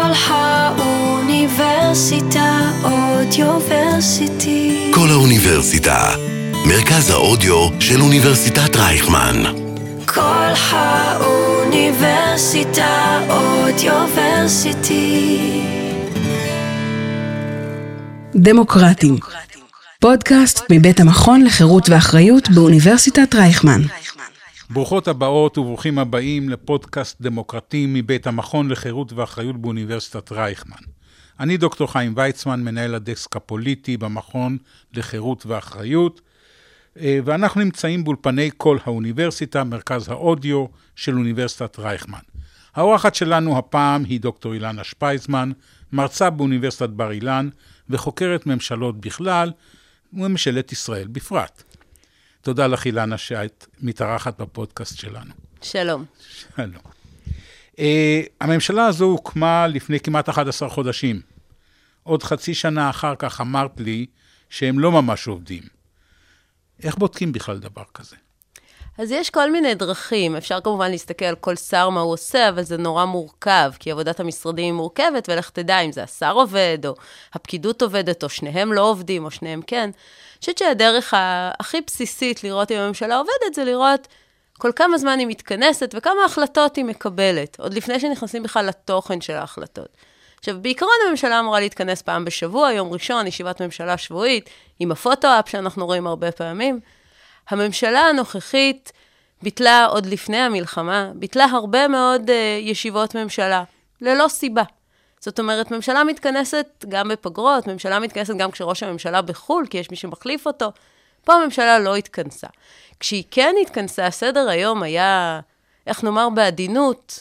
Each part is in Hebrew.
כל האוניברסיטה אודיוורסיטי. כל האוניברסיטה, מרכז האודיו של אוניברסיטת רייכמן. כל האוניברסיטה אודיוורסיטי. דמוקרטים, פודקאסט מבית המכון לחירות ואחריות באוניברסיטת רייכמן. ברוכות הבאות וברוכים הבאים לפודקאסט דמוקרטים מבית המכון לחירות ואחריות באוניברסיטת רייכמן. אני דוקטור חיים ויצמן, מנהל הדסק הפוליטי במכון לחירות ואחריות, ואנחנו נמצאים באולפני כל האוניברסיטה, מרכז האודיו של אוניברסיטת רייכמן. האורחת שלנו הפעם היא דוקטור אילנה שפייזמן, מרצה באוניברסיטת בר אילן וחוקרת ממשלות בכלל וממשלת ישראל בפרט. תודה לך אילנה שאת מתארחת בפודקאסט שלנו. שלום. שלום. הממשלה הזו הוקמה לפני כמעט 11 חודשים. עוד חצי שנה אחר כך אמרת לי שהם לא ממש עובדים. איך בודקים בכלל דבר כזה? אז יש כל מיני דרכים. אפשר כמובן להסתכל על כל שר מה הוא עושה, אבל זה נורא מורכב, כי עבודת המשרדים היא מורכבת, ולך תדע אם זה השר עובד, או הפקידות עובדת, או שניהם לא עובדים, או שניהם כן. אני חושבת שהדרך הכי בסיסית לראות אם הממשלה עובדת, זה לראות כל כמה זמן היא מתכנסת, וכמה החלטות היא מקבלת, עוד לפני שנכנסים בכלל לתוכן של ההחלטות. עכשיו, בעיקרון הממשלה אמורה להתכנס פעם בשבוע, יום ראשון, ישיבת ממשלה שבועית, עם הפוטו-אפ שאנחנו רואים הרבה פעמים. הממשלה הנוכחית ביטלה עוד לפני המלחמה, ביטלה הרבה מאוד ישיבות ממשלה, ללא סיבה. זאת אומרת, ממשלה מתכנסת גם בפגרות, ממשלה מתכנסת גם כשראש הממשלה בחול, כי יש מי שמחליף אותו. פה הממשלה לא התכנסה. כשהיא כן התכנסה, סדר היום היה, איך נאמר בעדינות,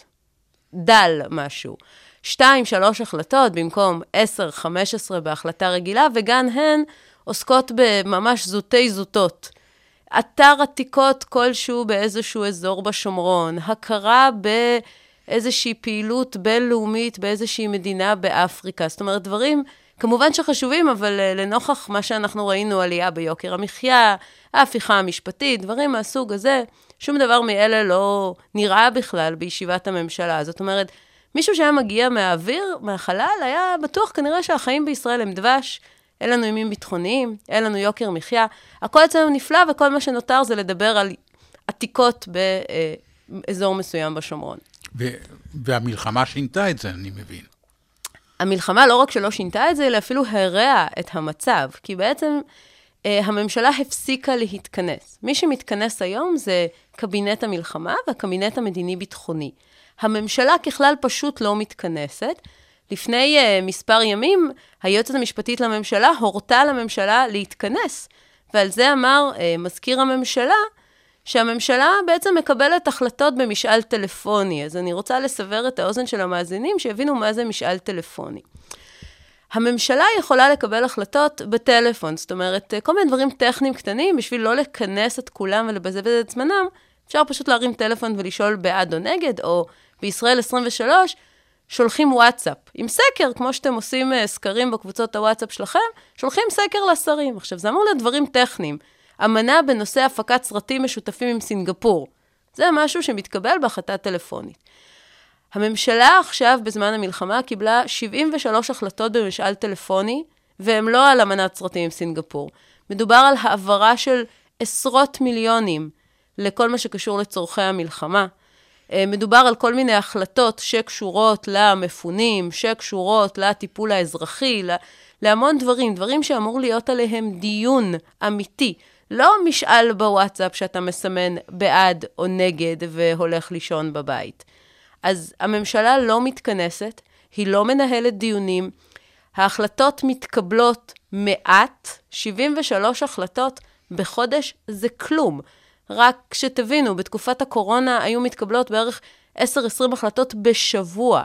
דל משהו. 2-3 החלטות במקום 10-15 בהחלטה רגילה, וגם הן עוסקות בממש זוטי זוטות. אתר עתיקות כלשהו באיזשהו אזור בשומרון, הכרה באיזושהי פעילות בינלאומית באיזושהי מדינה באפריקה. זאת אומרת, דברים כמובן שחשובים, אבל לנוכח מה שאנחנו ראינו, עלייה ביוקר המחיה, ההפיכה המשפטית, דברים מהסוג הזה, שום דבר מאלה לא נראה בכלל בישיבת הממשלה. זאת אומרת, מישהו שהיה מגיע מהאוויר, מהחלל, היה בטוח כנראה שהחיים בישראל הם דבש, אין לנו אימים ביטחוניים, אין לנו יוקר מחיה, הכל אצלנו נפלא, וכל מה שנותר זה לדבר על עתיקות באזור מסוים בשומרון. והמלחמה שינתה את זה, אני מבין. המלחמה לא רק שלא שינתה את זה, אלא אפילו הרעה את המצב, כי בעצם הממשלה הפסיקה להתכנס. מי שמתכנס היום זה קבינט המלחמה והקבינט המדיני-ביטחוני. הממשלה ככלל פשוט לא מתכנסת. לפני מספר ימים, היועצת המשפטית לממשלה הורתה לממשלה להתכנס, ועל זה אמר מזכיר הממשלה, שהממשלה בעצם מקבלת החלטות במשאל טלפוני. אז אני רוצה לסבר את האוזן של המאזינים, שיבינו מה זה משאל טלפוני. הממשלה יכולה לקבל החלטות בטלפון, זאת אומרת, כל מיני דברים טכניים קטנים, בשביל לא לכנס את כולם ולבזבז את זמנם, אפשר פשוט להרים טלפון ולשאול בעד או נגד, או בישראל 23, שולחים וואטסאפ, עם סקר, כמו שאתם עושים סקרים בקבוצות הוואטסאפ שלכם, שולחים סקר לשרים. עכשיו, זה אמור להיות דברים טכניים. אמנה בנושא הפקת סרטים משותפים עם סינגפור. זה משהו שמתקבל בהחלטה טלפונית. הממשלה עכשיו, בזמן המלחמה, קיבלה 73 החלטות במשאל טלפוני, והם לא על אמנת סרטים עם סינגפור. מדובר על העברה של עשרות מיליונים לכל מה שקשור לצורכי המלחמה. מדובר על כל מיני החלטות שקשורות למפונים, שקשורות לטיפול האזרחי, להמון דברים שאמור להיות עליהם דיון אמיתי. לא משאל בוואטסאפ שאתה מסמן בעד או נגד והולך לישון בבית. אז הממשלה לא מתכנסת, היא לא מנהלת דיונים, ההחלטות מתקבלות מעט, 73 החלטות בחודש זה כלום. רק שתבינו, בתקופת הקורונה היו מתקבלות בערך 10-20 החלטות בשבוע.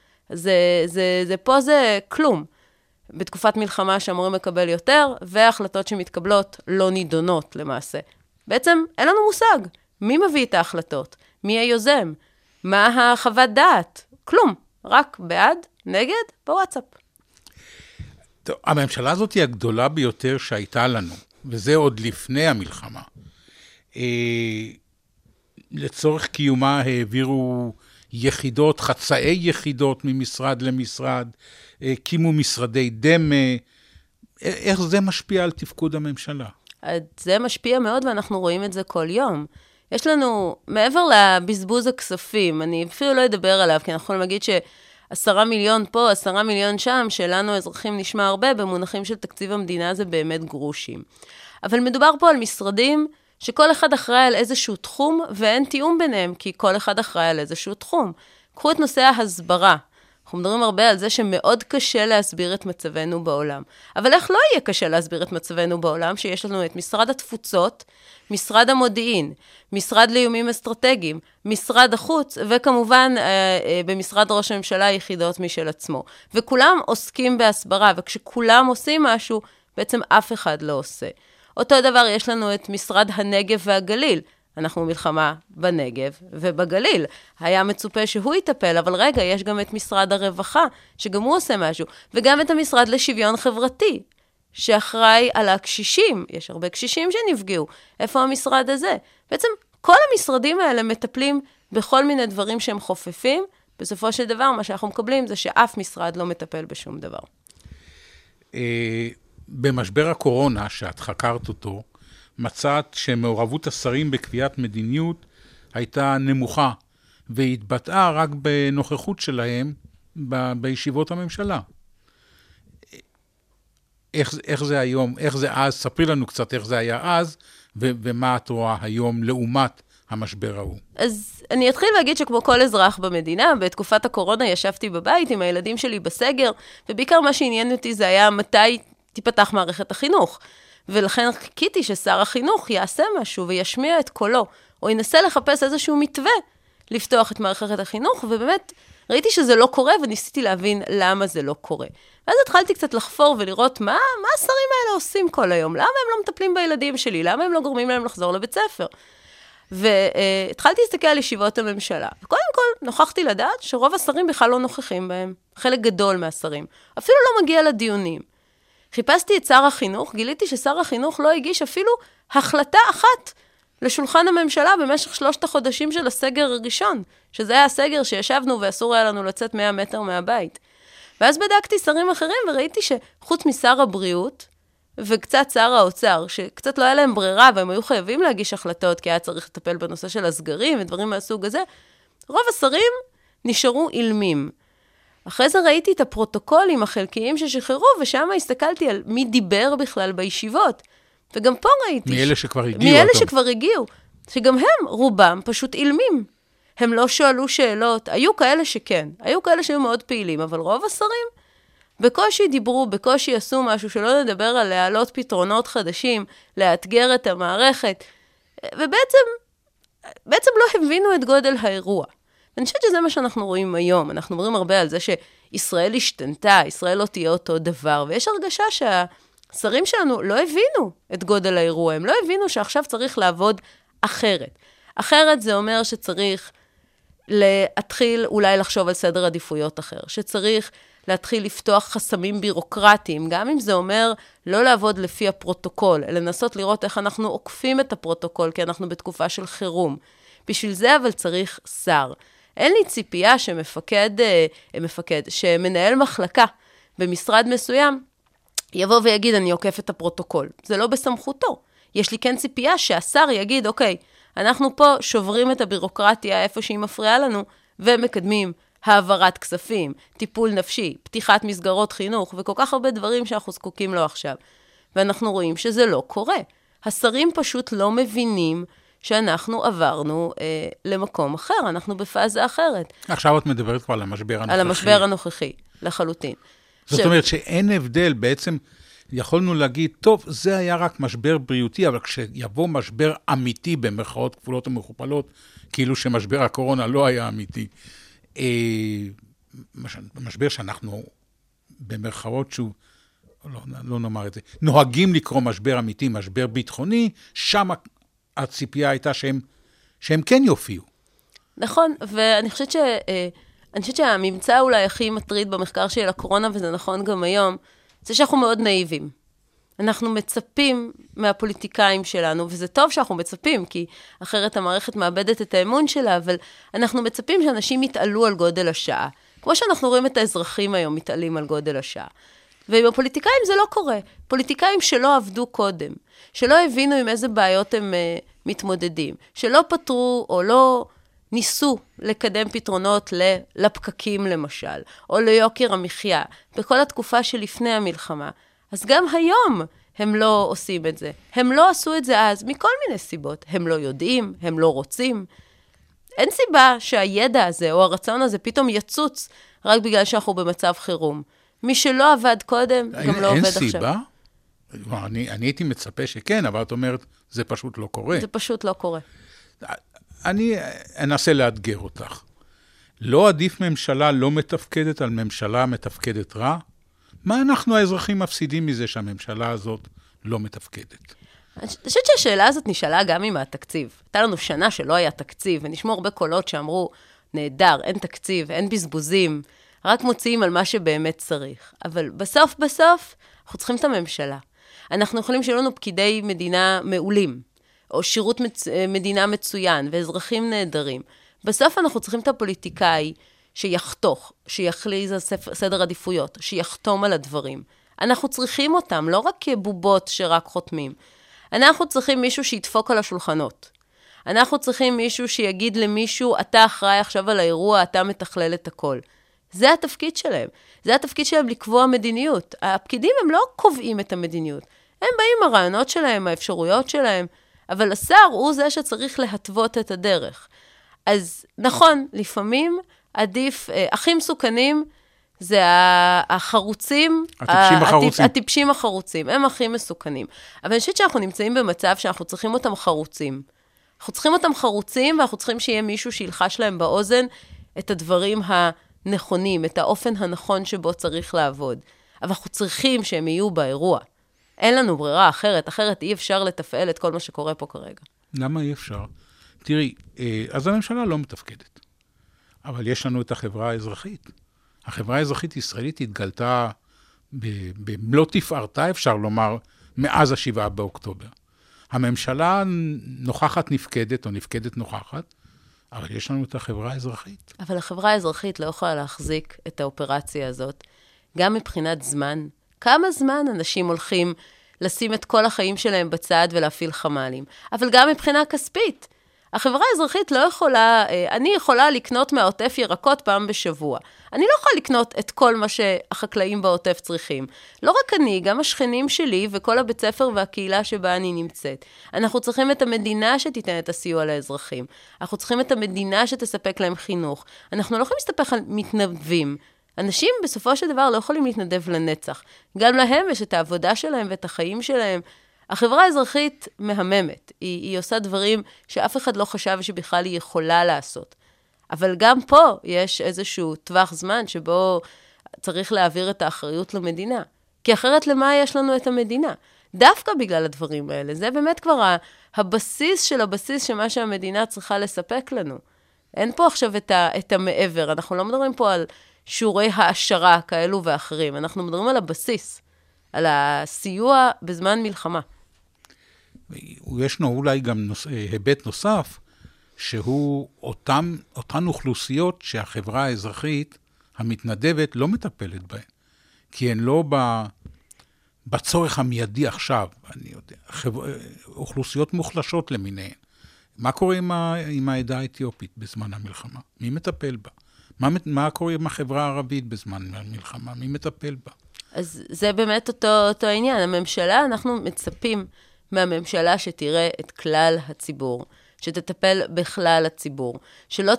פה זה כלום. בתקופת מלחמה שאמורים לקבל יותר, וההחלטות שמתקבלות לא נידונות למעשה. בעצם אין לנו מושג. מי מביא את ההחלטות? מי היוזם? מה החוות דעת? כלום. רק בעד, נגד, בוואטסאפ. טוב, הממשלה הזאת היא הגדולה ביותר שהייתה לנו, וזה עוד לפני המלחמה. לצורך קיומה העבירו יחידות, חצאי יחידות ממשרד למשרד, הקימו משרדי דמה. איך זה משפיע על תפקוד הממשלה? זה משפיע מאוד, ואנחנו רואים את זה כל יום. יש לנו, מעבר לבזבוז הכספים, אני אפילו לא אדבר עליו, כי אנחנו יכולים להגיד 10 מיליון פה, 10 מיליון שם, שלנו אזרחים נשמע הרבה, במונחים של תקציב המדינה זה באמת גרושים. אבל מדובר פה על משרדים שכל אחד אחראי על איזשהו תחום, ואין תיאום ביניהם, כי כל אחד אחראי על איזשהו תחום. קחו את נושא ההסברה. אנחנו מדברים הרבה על זה שמאוד קשה להסביר את מצבנו בעולם. אבל איך לא יהיה קשה להסביר את מצבנו בעולם, שיש לנו את משרד התפוצות, משרד המודיעין, משרד לאיומים אסטרטגיים, משרד החוץ, וכמובן במשרד ראש הממשלה יחידות משל עצמו. וכולם עוסקים בהסברה, וכשכולם עושים משהו, בעצם אף אחד לא עושה. אותו דבר יש לנו את משרד הנגב והגליל. אנחנו מלחמה בנגב ובגליל. היה מצופה שהוא יטפל, אבל רגע, יש גם את משרד הרווחה, שגם הוא עושה משהו, וגם את המשרד לשוויון חברתי, שאחראי על הקשישים. יש הרבה קשישים שנפגעו. איפה המשרד הזה? בעצם כל המשרדים האלה מטפלים בכל מיני דברים שהם חופפים. בסופו של דבר, מה שאנחנו מקבלים זה שאף משרד לא מטפל בשום דבר. במשבר הקורונה, שאת חקרת אותו, מצאת שמעורבות השרים בקביעת מדיניות הייתה נמוכה, והתבטאה רק בנוכחות שלהם בישיבות הממשלה. איך זה היום, איך זה אז, ספרי לנו קצת איך זה היה אז, ומה את רואה היום לעומת המשבר ההוא. אז אני אתחיל להגיד שכמו כל אזרח במדינה, בתקופת הקורונה ישבתי בבית עם הילדים שלי בסגר, ובעיקר מה שעניין אותי זה היה מתי תיפתח מערכת החינוך. ולכן חיכיתי ששר החינוך יעשה משהו וישמיע את קולו, או ינסה לחפש איזשהו מתווה לפתוח את מערכת החינוך, ובאמת ראיתי שזה לא קורה, וניסיתי להבין למה זה לא קורה. ואז התחלתי קצת לחפור ולראות מה השרים האלה עושים כל היום, למה הם לא מטפלים בילדים שלי, למה הם לא גורמים להם לחזור לבית ספר. והתחלתי להסתכל על ישיבות הממשלה, וקודם כל נוכחתי לדעת שרוב השרים בכלל לא נוכחים בהם, חלק גדול מהשרים, אפילו לא מגיע לדיונים. חיפשתי את שר החינוך, גיליתי ששר החינוך לא הגיש אפילו החלטה אחת לשולחן הממשלה במשך 3 החודשים של הסגר הראשון, שזה היה הסגר שישבנו ואסור היה לנו לצאת 100 מטר מהבית. ואז בדקתי שרים אחרים וראיתי שחוץ משר הבריאות וקצת שר האוצר, שקצת לא היה להם ברירה והם היו חייבים להגיש החלטות כי היה צריך לטפל בנושא של הסגרים ודברים מהסוג הזה, רוב השרים נשארו אילמים. אחרי זה ראיתי את הפרוטוקולים החלקיים ששחררו, ושם הסתכלתי על מי דיבר בכלל בישיבות. וגם פה ראיתי... מאלה שכבר הגיעו. מאלה שכבר הגיעו. שגם הם, רובם, פשוט אילמים. הם לא שואלו שאלות. היו כאלה שכן. היו כאלה שהיו מאוד פעילים, אבל רוב השרים בקושי דיברו, בקושי עשו משהו, שלא נדבר על להעלות פתרונות חדשים, לאתגר את המערכת. ובעצם לא הבינו את גודל האירוע. אני חושבת שזה מה שאנחנו רואים היום. אנחנו מדברים הרבה על זה שישראל השתנתה, ישראל לא תהיה אותו דבר, ויש הרגשה שהשרים שלנו לא הבינו את גודל האירוע, הם לא הבינו שעכשיו צריך לעבוד אחרת. אחרת זה אומר שצריך להתחיל אולי לחשוב על סדר עדיפויות אחר, שצריך להתחיל לפתוח חסמים בירוקרטיים, גם אם זה אומר לא לעבוד לפי הפרוטוקול, אלא לנסות לראות איך אנחנו עוקפים את הפרוטוקול, כי אנחנו בתקופה של חירום. בשביל זה אבל צריך שר. אין לי ציפייה שמנהל מחלקה במשרד מסוים, יבוא ויגיד, אני עוקף את הפרוטוקול. זה לא בסמכותו. יש לי כן ציפייה שהשר יגיד, אוקיי, אנחנו פה שוברים את הבירוקרטיה איפה שהיא מפריעה לנו, ומקדמים העברת כספים, טיפול נפשי, פתיחת מסגרות חינוך, וכל כך הרבה דברים שאנחנו זקוקים לו עכשיו. ואנחנו רואים שזה לא קורה. השרים פשוט לא מבינים שאנחנו עברנו למקום אחר, אנחנו בפאזה אחרת. עכשיו את מדברת כבר על המשבר הנוכחי. על המשבר הנוכחי, לחלוטין. זאת אומרת שאין הבדל, בעצם יכולנו להגיד, טוב, זה היה רק משבר בריאותי, אבל כשיבוא משבר אמיתי במרכאות כפולות ומכופלות, כאילו שמשבר הקורונה לא היה אמיתי, משבר שאנחנו במרכאות שהוא, לא נאמר את זה, נוהגים לקרוא משבר אמיתי, משבר ביטחוני, שם הציפייה הייתה שהם כן יופיעו. נכון, ואני חושבת שהממצא אולי הכי מטריד במחקר של הקורונה, וזה נכון גם היום, זה שאנחנו מאוד נאיבים. אנחנו מצפים מהפוליטיקאים שלנו, וזה טוב שאנחנו מצפים, כי אחרת המערכת מאבדת את האמון שלה, אבל אנחנו מצפים שאנשים יתעלו על גודל השעה. כמו שאנחנו רואים את האזרחים היום מתעלים על גודל השעה. ועם הפוליטיקאים זה לא קורה. פוליטיקאים שלא עבדו קודם, שלא הבינו עם איזה בעיות הם מתמודדים, שלא פתרו או לא ניסו לקדם פתרונות לפקקים למשל, או ליוקר המחיה, בכל התקופה שלפני המלחמה. אז גם היום הם לא עושים את זה. הם לא עשו את זה אז מכל מיני סיבות. הם לא יודעים, הם לא רוצים. אין סיבה שהידע הזה או הרצון הזה פתאום יצוץ רק בגלל שאנחנו במצב חירום. מי שלא עבד קודם, גם לא עובד עכשיו. אין סיבה? אני הייתי מצפה שכן, אבל את אומרת, זה פשוט לא קורה. זה פשוט לא קורה. אני אנסה לאתגר אותך. לא עדיף ממשלה לא מתפקדת על ממשלה מתפקדת רע? מה אנחנו האזרחים מפסידים מזה שהממשלה הזאת לא מתפקדת? אני חושבת שהשאלה הזאת נשאלה גם עם התקציב. הייתה לנו שנה שלא היה תקציב, ונשמעו הרבה קולות שאמרו, נהדר, אין תקציב, אין בזבוזים, רק מוציאים על מה שבאמת צריך. אבל בסוף, אנחנו צריכים את הממשלה. אנחנו יכולים שיהיו לנו פקידי מדינה מעולים, או שירות מדינה מצוין, ואזרחים נהדרים. בסוף אנחנו צריכים את הפוליטיקאי שיחתוך, שיחליז על סדר עדיפויות, שיחתום על הדברים. אנחנו צריכים אותם, לא רק כבובות שרק חותמים. אנחנו צריכים מישהו שידפוק על השולחנות. אנחנו צריכים מישהו שיגיד למישהו, אתה אחראי עכשיו על האירוע, אתה מתכלל את הכל. זה התפקיד שלהם. זה התפקיד שלהם לקבוע מדיניות. הפקידים הם לא קובעים את המדיניות. הם באים הרעיונות שלהם, האפשרויות שלהם, אבל השר הוא זה שצריך להתוות את הדרך. אז נכון, לפעמים עדיף, הכי מסוכנים זה החרוצים, הטיפשים החרוצים, הם הכי מסוכנים. אבל אני חושבת שאנחנו נמצאים במצב שאנחנו צריכים אותם חרוצים. אנחנו צריכים אותם חרוצים, ואנחנו צריכים שיהיה מישהו שילחש להם באוזן את הדברים הנכונים, את האופן הנכון שבו צריך לעבוד. אבל אנחנו צריכים שהם יהיו באירוע. אין לנו ברירה אחרת אי אפשר לתפעל את כל מה שקורה פה כרגע. למה אי אפשר? תראי, אז הממשלה לא מתפקדת. אבל יש לנו את החברה האזרחית. החברה האזרחית ישראלית התגלתה במלוא תפארתה, אפשר לומר, מאז 7 באוקטובר. הממשלה נוכחת נפקדת, או נפקדת נוכחת, אבל יש לנו את החברה האזרחית. אבל החברה האזרחית לא יכולה להחזיק את האופרציה הזאת, גם מבחינת זמן. כמה זמן אנשים הולכים לשים את כל החיים שלהם בצד ולהפעיל חמלים? אבל גם מבחינה כספית. החברה האזרחית לא יכולה, אני יכולה לקנות מהעוטף ירקות פעם בשבוע. אני לא יכולה לקנות את כל מה שהחקלאים בעוטף צריכים. לא רק אני, גם השכנים שלי וכל הבית ספר והקהילה שבה אני נמצאת. אנחנו צריכים את המדינה שתיתן את הסיוע לאזרחים. אנחנו צריכים את המדינה שתספק להם חינוך. אנחנו לא יכולים להסתפק על מתנדבים. אנשים בסופו של דבר לא יכולים להתנדב לנצח. גם להם יש את העבודה שלהם ואת החיים שלהם. החברה האזרחית מהממת. היא עושה דברים שאף אחד לא חשב שבכלל היא יכולה לעשות. אבל גם פה יש איזשהו טווח זמן שבו צריך להעביר את האחריות למדינה. כי אחרת למה יש לנו את המדינה? דווקא בגלל הדברים האלה. זה באמת כבר הבסיס של הבסיס שמה שהמדינה צריכה לספק לנו. אין פה עכשיו את המעבר. אנחנו לא מדברים פה על שיעורי העשרה כאלו ואחרים. אנחנו מדברים על הבסיס, על הסיוע בזמן מלחמה. ישנו אולי גם היבט נוסף, שהוא אותן אוכלוסיות שהחברה האזרחית המתנדבת לא מטפלת בהן. כי הן לא בצורך המיידי עכשיו, אני יודע, אוכלוסיות מוחלשות למיניהן. מה קורה עם העדה האתיופית בזמן המלחמה? מי מטפל בה? מה קורה עם החברה הערבית בזמן המלחמה? מי מטפל בה? אז זה באמת אותו העניין. הממשלה, אנחנו מצפים מהממשלה שתראה את כלל הציבור, שתטפל בכלל הציבור, שלא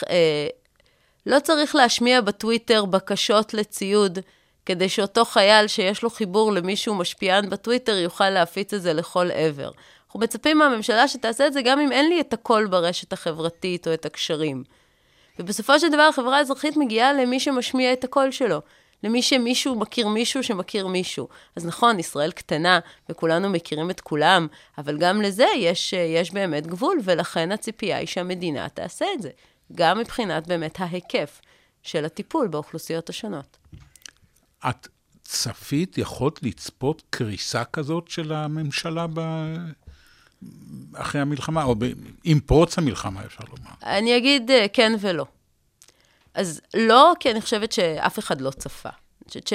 צריך להשמיע בטוויטר בקשות לציוד, כדי שאותו חייל שיש לו חיבור למישהו משפיען בטוויטר, יוכל להפיץ את זה לכל עבר. אנחנו מצפים מהממשלה שתעשה את זה גם אם אין לי את הכל ברשת החברתית או את הקשרים. ובסופו של דבר החברה האזרחית מגיעה למי שמשמיע את הקול שלו, למי שמישהו מכיר מישהו שמכיר מישהו. אז נכון, ישראל קטנה וכולנו מכירים את כולם, אבל גם לזה יש באמת גבול, ולכן הציפייה היא שהמדינה תעשה את זה, גם מבחינת באמת ההיקף של הטיפול באוכלוסיות השונות. את צפית, יכולת לצפות קריסה כזאת של הממשלה אחרי המלחמה, או עם פרוץ המלחמה, אפשר לומר? אני אגיד כן ולא. אז לא, כי אני חושבת שאף אחד לא צפה. אני חושבת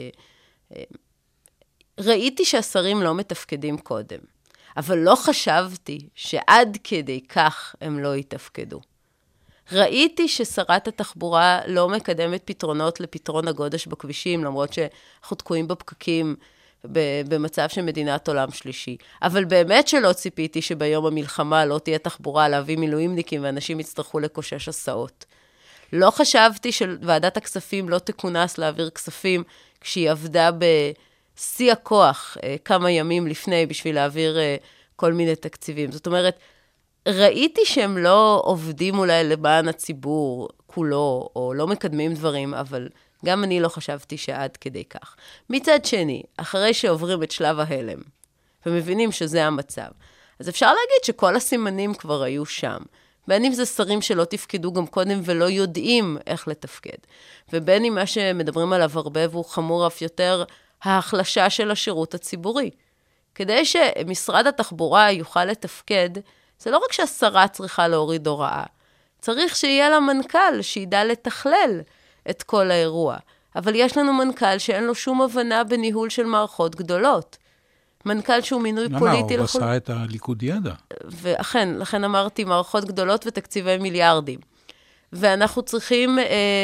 ראיתי שהשרים לא מתפקדים קודם, אבל לא חשבתי שעד כדי כך הם לא יתפקדו. ראיתי ששרת התחבורה לא מקדמת פתרונות לפתרון הגודש בכבישים, למרות שאנחנו תקועים בפקקים במצב של מדינת עולם שלישי. אבל באמת שלא ציפיתי שביום המלחמה לא תהיה תחבורה להביא מילואימניקים ואנשים יצטרכו לקושש הסעות. לא חשבתי שוועדת הכספים לא תכונס להעביר כספים כשהיא עבדה בשיא הכוח כמה ימים לפני בשביל להעביר כל מיני תקציבים. זאת אומרת, ראיתי שהם לא עובדים אולי למען הציבור כולו, או לא מקדמים דברים, אבל גם אני לא חשבתי שעד כדי כך. מצד שני, אחרי שעוברים את שלב ההלם, ומבינים שזה המצב, אז אפשר להגיד שכל הסימנים כבר היו שם. בין אם זה שרים שלא תפקדו גם קודם ולא יודעים איך לתפקד. ובין אם מה שמדברים עליו הרבה והוא חמור אף יותר, ההחלשה של השירות הציבורי. כדי שמשרד התחבורה יוכל לתפקד, זה לא רק שהשרה צריכה להוריד הוראה, צריך שיהיה לה מנכ"ל שידע לתכלל את כל האירוע. אבל יש לנו מנכ"ל שאין לו שום הבנה בניהול של מערכות גדולות. מנכ"ל שהוא מינוי פוליטי. למה? הוא עשה את הליכוד ידע. ואכן, לכן אמרתי מערכות גדולות ותקציבי מיליארדים. ואנחנו צריכים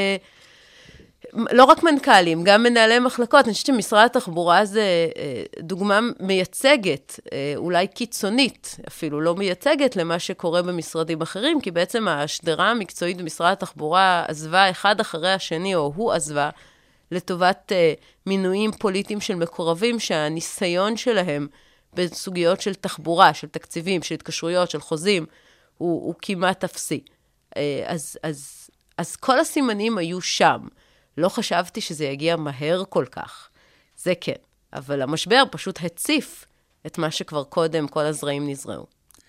לא רק מנכ"לים, גם מנהלי מחלקות. אני חושבת שמשרד התחבורה זה דוגמה מייצגת, אולי קיצונית, אפילו לא מייצגת למה שקורה במשרדים אחרים, כי בעצם השדרה המקצועית במשרד התחבורה עזבה אחד אחרי השני, או הוא עזבה, לטובת מינויים פוליטיים של מקורבים, שהניסיון שלהם בסוגיות של תחבורה, של תקציבים, של התקשרויות, של חוזים, הוא כמעט אפסי. אז כל הסימנים היו שם. לא חשבתי שזה יגיע מהר כל כך. זה כן. אבל המשבר פשוט הציף את מה שכבר קודם כל הזרעים נזרעו.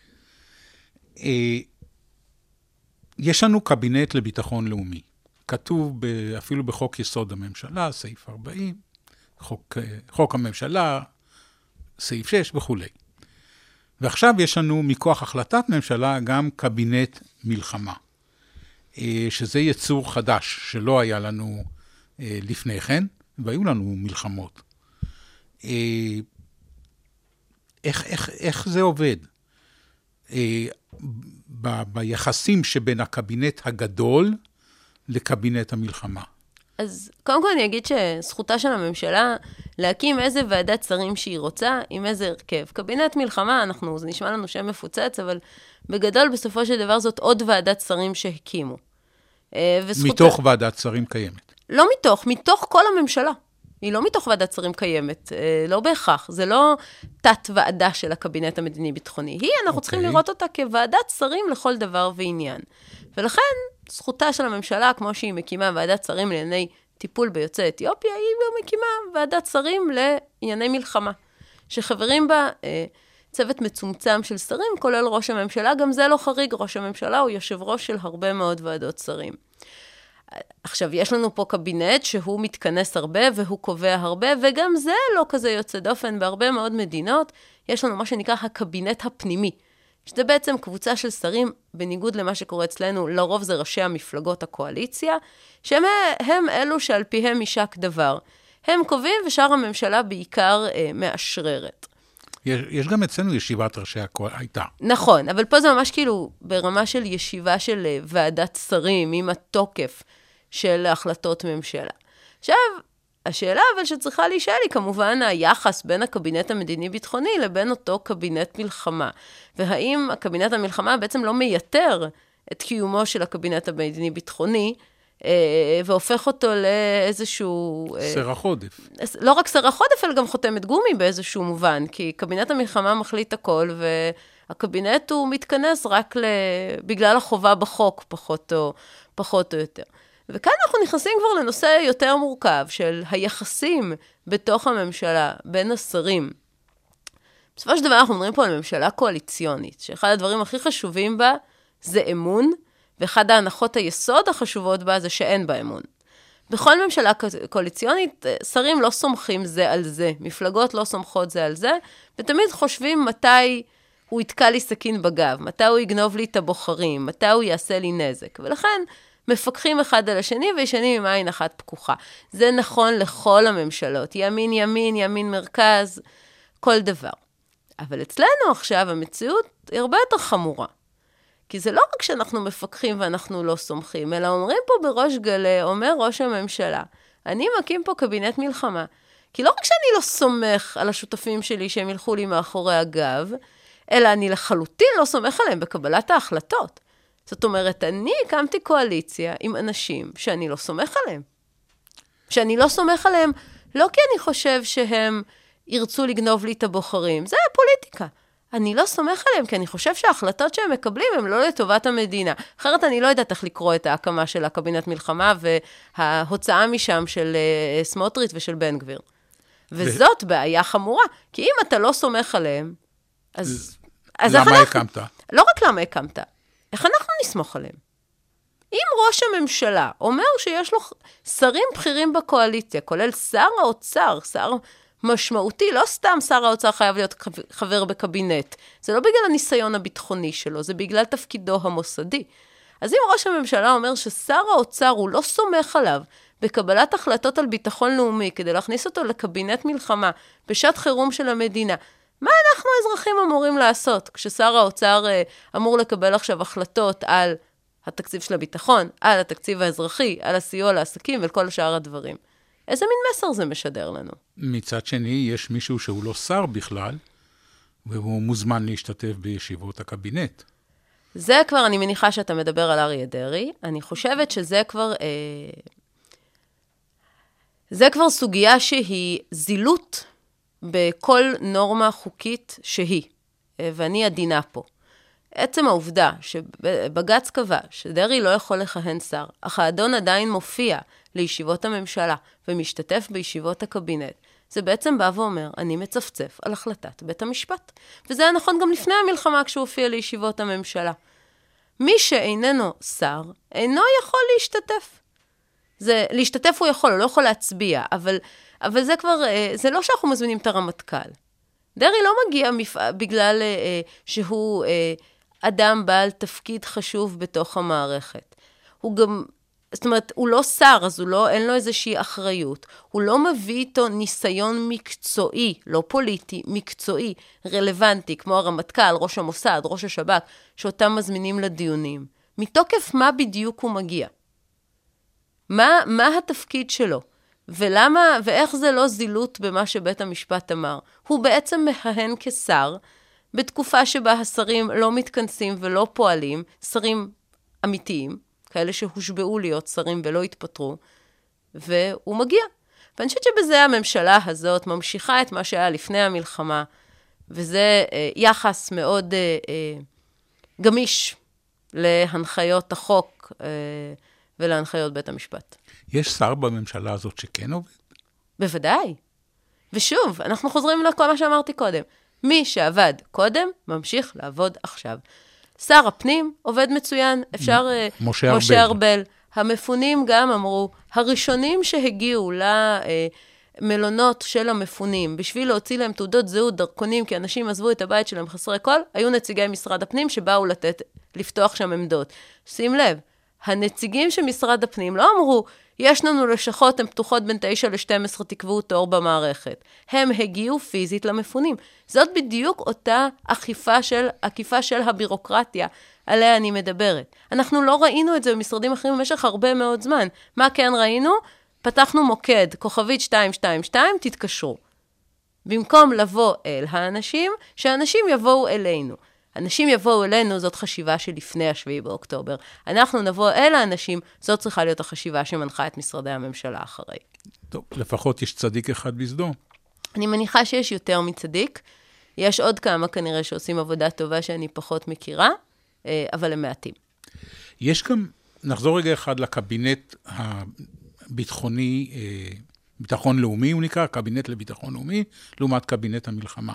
יש לנו קבינט לביטחון לאומי. כתוב אפילו בחוק יסוד הממשלה, סעיף 40, חוק הממשלה, סעיף 6 וכו'. ועכשיו יש לנו מכוח החלטת ממשלה גם קבינט מלחמה. שזה יצור חדש שלא היה לנו לפני כן, והיו לנו מלחמות. איך זה עובד? ביחסים שבין הקבינט הגדול לקבינט המלחמה. אז קודם כל אני אגיד שזכותה של הממשלה להקים איזה ועדת שרים שהיא רוצה, עם איזה הרכב. קבינט מלחמה, זה נשמע לנו שם מפוצץ, אבל בגדול בסופו של דבר זאת עוד ועדת שרים שהקימו. מתוך ועדת שרים קיימת. לא מתוך כל הממשלה. היא לא מתוך ועדת שרים קיימת, לא בהכרח. זה לא תת ועדה של הקבינט המדיני-ביטחוני. אנחנו צריכים לראות אותה כוועדת שרים לכל דבר ועניין. ולכן, זכותה של הממשלה, כמו שהיא מקימה ועדת שרים לענייני טיפול ביוצאי אתיופיה, היא מקימה ועדת שרים לענייני מלחמה. שחברים בה צוות מצומצם של שרים, כולל ראש הממשלה, גם זה לא חריג, ראש הממשלה הוא יושב ראש של הרבה מאוד ועדות שרים. עכשיו, יש לנו פה קבינט שהוא מתכנס הרבה והוא קובע הרבה, וגם זה לא כזה יוצא דופן בהרבה מאוד מדינות. יש לנו מה שנקרא הקבינט הפנימי, שזה בעצם קבוצה של שרים, בניגוד למה שקורה אצלנו, לרוב זה ראשי המפלגות הקואליציה, שהם אלו שעל פיהם יישק דבר. הם קובעים ושאר הממשלה בעיקר מאשררת. יש גם אצלנו ישיבת ראשי הייתה. נכון, אבל פה זה ממש כאילו ברמה של ישיבה של ועדת שרים, עם התוקף של החלטות ממשלה. עכשיו, השאלה אבל שצריכה להישאל היא כמובן היחס בין הקבינט המדיני-ביטחוני לבין אותו קבינט מלחמה. והאם הקבינט המלחמה בעצם לא מייתר את קיומו של הקבינט המדיני-ביטחוני, והופך אותו לאיזשהו... סרח עודף. לא רק סרח עודף, אלא גם חותמת גומי באיזשהו מובן, כי קבינט המלחמה מחליט הכל, והקבינט הוא מתכנס רק בגלל החובה בחוק, פחות או יותר. וכאן אנחנו נכנסים כבר לנושא יותר מורכב, של היחסים בתוך הממשלה, בין השרים. בסופו של דבר אנחנו מדברים פה על ממשלה קואליציונית, שאחד הדברים הכי חשובים בה זה אמון, ואחד ההנחות היסוד החשובות בה זה שאין בה אמון. בכל ממשלה קואליציונית, שרים לא סומכים זה על זה, מפלגות לא סומכות זה על זה, ותמיד חושבים מתי הוא יתקע לי סכין בגב, מתי הוא יגנוב לי את הבוחרים, מתי הוא יעשה לי נזק, ולכן מפקחים אחד על השני וישנים עם עין אחת פקוחה. זה נכון לכל הממשלות, ימין ימין, ימין מרכז, כל דבר. אבל אצלנו עכשיו המציאות היא הרבה יותר חמורה. כי זה לא רק שאנחנו מפקחים ואנחנו לא סומכים, אלא אומרים פה בראש גלה, אומר ראש הממשלה, אני מקים פה קבינט מלחמה. כי לא רק שאני לא סומך על השותפים שלי שהם ילכו לי מאחורי הגב, אלא אני לחלוטין לא סומך עליהם בקבלת ההחלטות. זאת אומרת, אני הקמתי קואליציה עם אנשים שאני לא סומך עליהם. שאני לא סומך עליהם, לא כי אני חושב שהם ירצו לגנוב לי את הבוחרים, זה פוליטיקה. אני לא סומך עליהם, כי אני חושב שההחלטות שהם מקבלים הם לא לטובת המדינה. אחרת אני לא יודעת איך לקרוא את ההקמה של הקבינט מלחמה, וההוצאה משם של סמוטריץ' ושל בן גביר. וזאת בעיה חמורה, כי אם אתה לא סומך עליהם, אז למה הקמת? לא רק למה הקמת, איך אנחנו נסמוך עליהם? אם ראש הממשלה אומר שיש לו שרים בכירים בקואליציה, כולל שר האוצר, שר משמעותי, לא סתם שר האוצר חייב להיות חבר בקבינט, זה לא בגלל הניסיון הביטחוני שלו, זה בגלל תפקידו המוסדי. אז אם ראש הממשלה אומר ששר האוצר הוא לא סומך עליו בקבלת החלטות על ביטחון לאומי, כדי להכניס אותו לקבינט מלחמה בשעת חירום של המדינה, מה אנחנו האזרחים אמורים לעשות כששר האוצר אמור לקבל עכשיו החלטות על התקציב של הביטחון, על התקציב האזרחי, על הסיוע לעסקים וכל שאר הדברים? איזה מין מסר זה משדר לנו? מצד שני, יש מישהו שהוא לא שר בכלל, והוא מוזמן להשתתף בישיבות הקבינט. זה כבר, אני מניחה שאתה מדבר על אריה דרעי, אני חושבת שזה כבר, זה כבר סוגיה שהיא זילות בכל נורמה חוקית שהיא, ואני עדינה פה. עצם העובדה שבג"ץ קבע שדרעי לא יכול לכהן שר, אך האדון עדיין מופיע לישיבות הממשלה ומשתתף בישיבות הקבינט, זה בעצם בא ואומר, אני מצפצף על החלטת בית המשפט. וזה היה נכון גם לפני המלחמה כשהוא הופיע לישיבות הממשלה. מי שאיננו שר, אינו יכול להשתתף. להשתתף הוא יכול, הוא לא יכול להצביע, אבל זה כבר, זה לא שאנחנו מזמינים את הרמטכ"ל. דרעי לא מגיע בגלל שהוא אדם בעל תפקיד חשוב בתוך המערכת. הוא גם, זאת אומרת, הוא לא שר, אז אין לו איזושהי אחריות. הוא לא מביא איתו ניסיון מקצועי, לא פוליטי, מקצועי, רלוונטי, כמו הרמטכ"ל, ראש המוסד, ראש השב"כ, שאותם מזמינים לדיונים. מתוקף מה בדיוק הוא מגיע? מה התפקיד שלו? ולמה, ואיך זה לא זילות במה שבית המשפט אמר? הוא בעצם מההן כשר, בתקופה שבה השרים לא מתכנסים ולא פועלים, שרים אמיתיים, כאלה שהושבעו להיות שרים ולא התפטרו, והוא מגיע. ואני חושבת שבזה הממשלה הזאת ממשיכה את מה שהיה לפני המלחמה, וזה יחס מאוד גמיש להנחיות החוק ולהנחיות בית המשפט. יש שר בממשלה הזאת שכן עובד? בוודאי. ושוב, אנחנו חוזרים לכל מה שאמרתי קודם. מי שעבד קודם, ממשיך לעבוד עכשיו. שר הפנים עובד מצוין, אפשר... משה ארבל. המפונים גם אמרו, הראשונים שהגיעו למלונות של המפונים, בשביל להוציא להם תעודות זהות, דרכונים, כי אנשים עזבו את הבית שלהם חסרי כל, היו נציגי משרד הפנים שבאו לפתוח שם עמדות. שים לב, הנציגים של משרד הפנים לא אמרו, יש לנו לשכות, הן פתוחות בין 9 ל-12, תקבעו תור במערכת. הם הגיעו פיזית למפונים. זאת בדיוק אותה עקיפה של הבירוקרטיה עליה אני מדברת. אנחנו לא ראינו את זה במשרדים אחרים במשך הרבה מאוד זמן. מה כן ראינו? פתחנו מוקד, כוכבית 222, תתקשרו. במקום לבוא אל האנשים, שהאנשים יבואו אלינו. אנשים יבואו אלינו, זאת חשיבה שלפני השביעי באוקטובר. אנחנו נבוא אל האנשים, זאת צריכה להיות החשיבה שמנחה את משרדי הממשלה אחרי. טוב, לפחות יש צדיק אחד בסדום. אני מניחה שיש יותר מצדיק. יש עוד כמה כנראה שעושים עבודה טובה שאני פחות מכירה, אבל הם מעטים. יש גם, נחזור רגע אחד לקבינט הביטחוני, ביטחון לאומי הוא נקרא, קבינט לביטחון לאומי, לעומת קבינט המלחמה.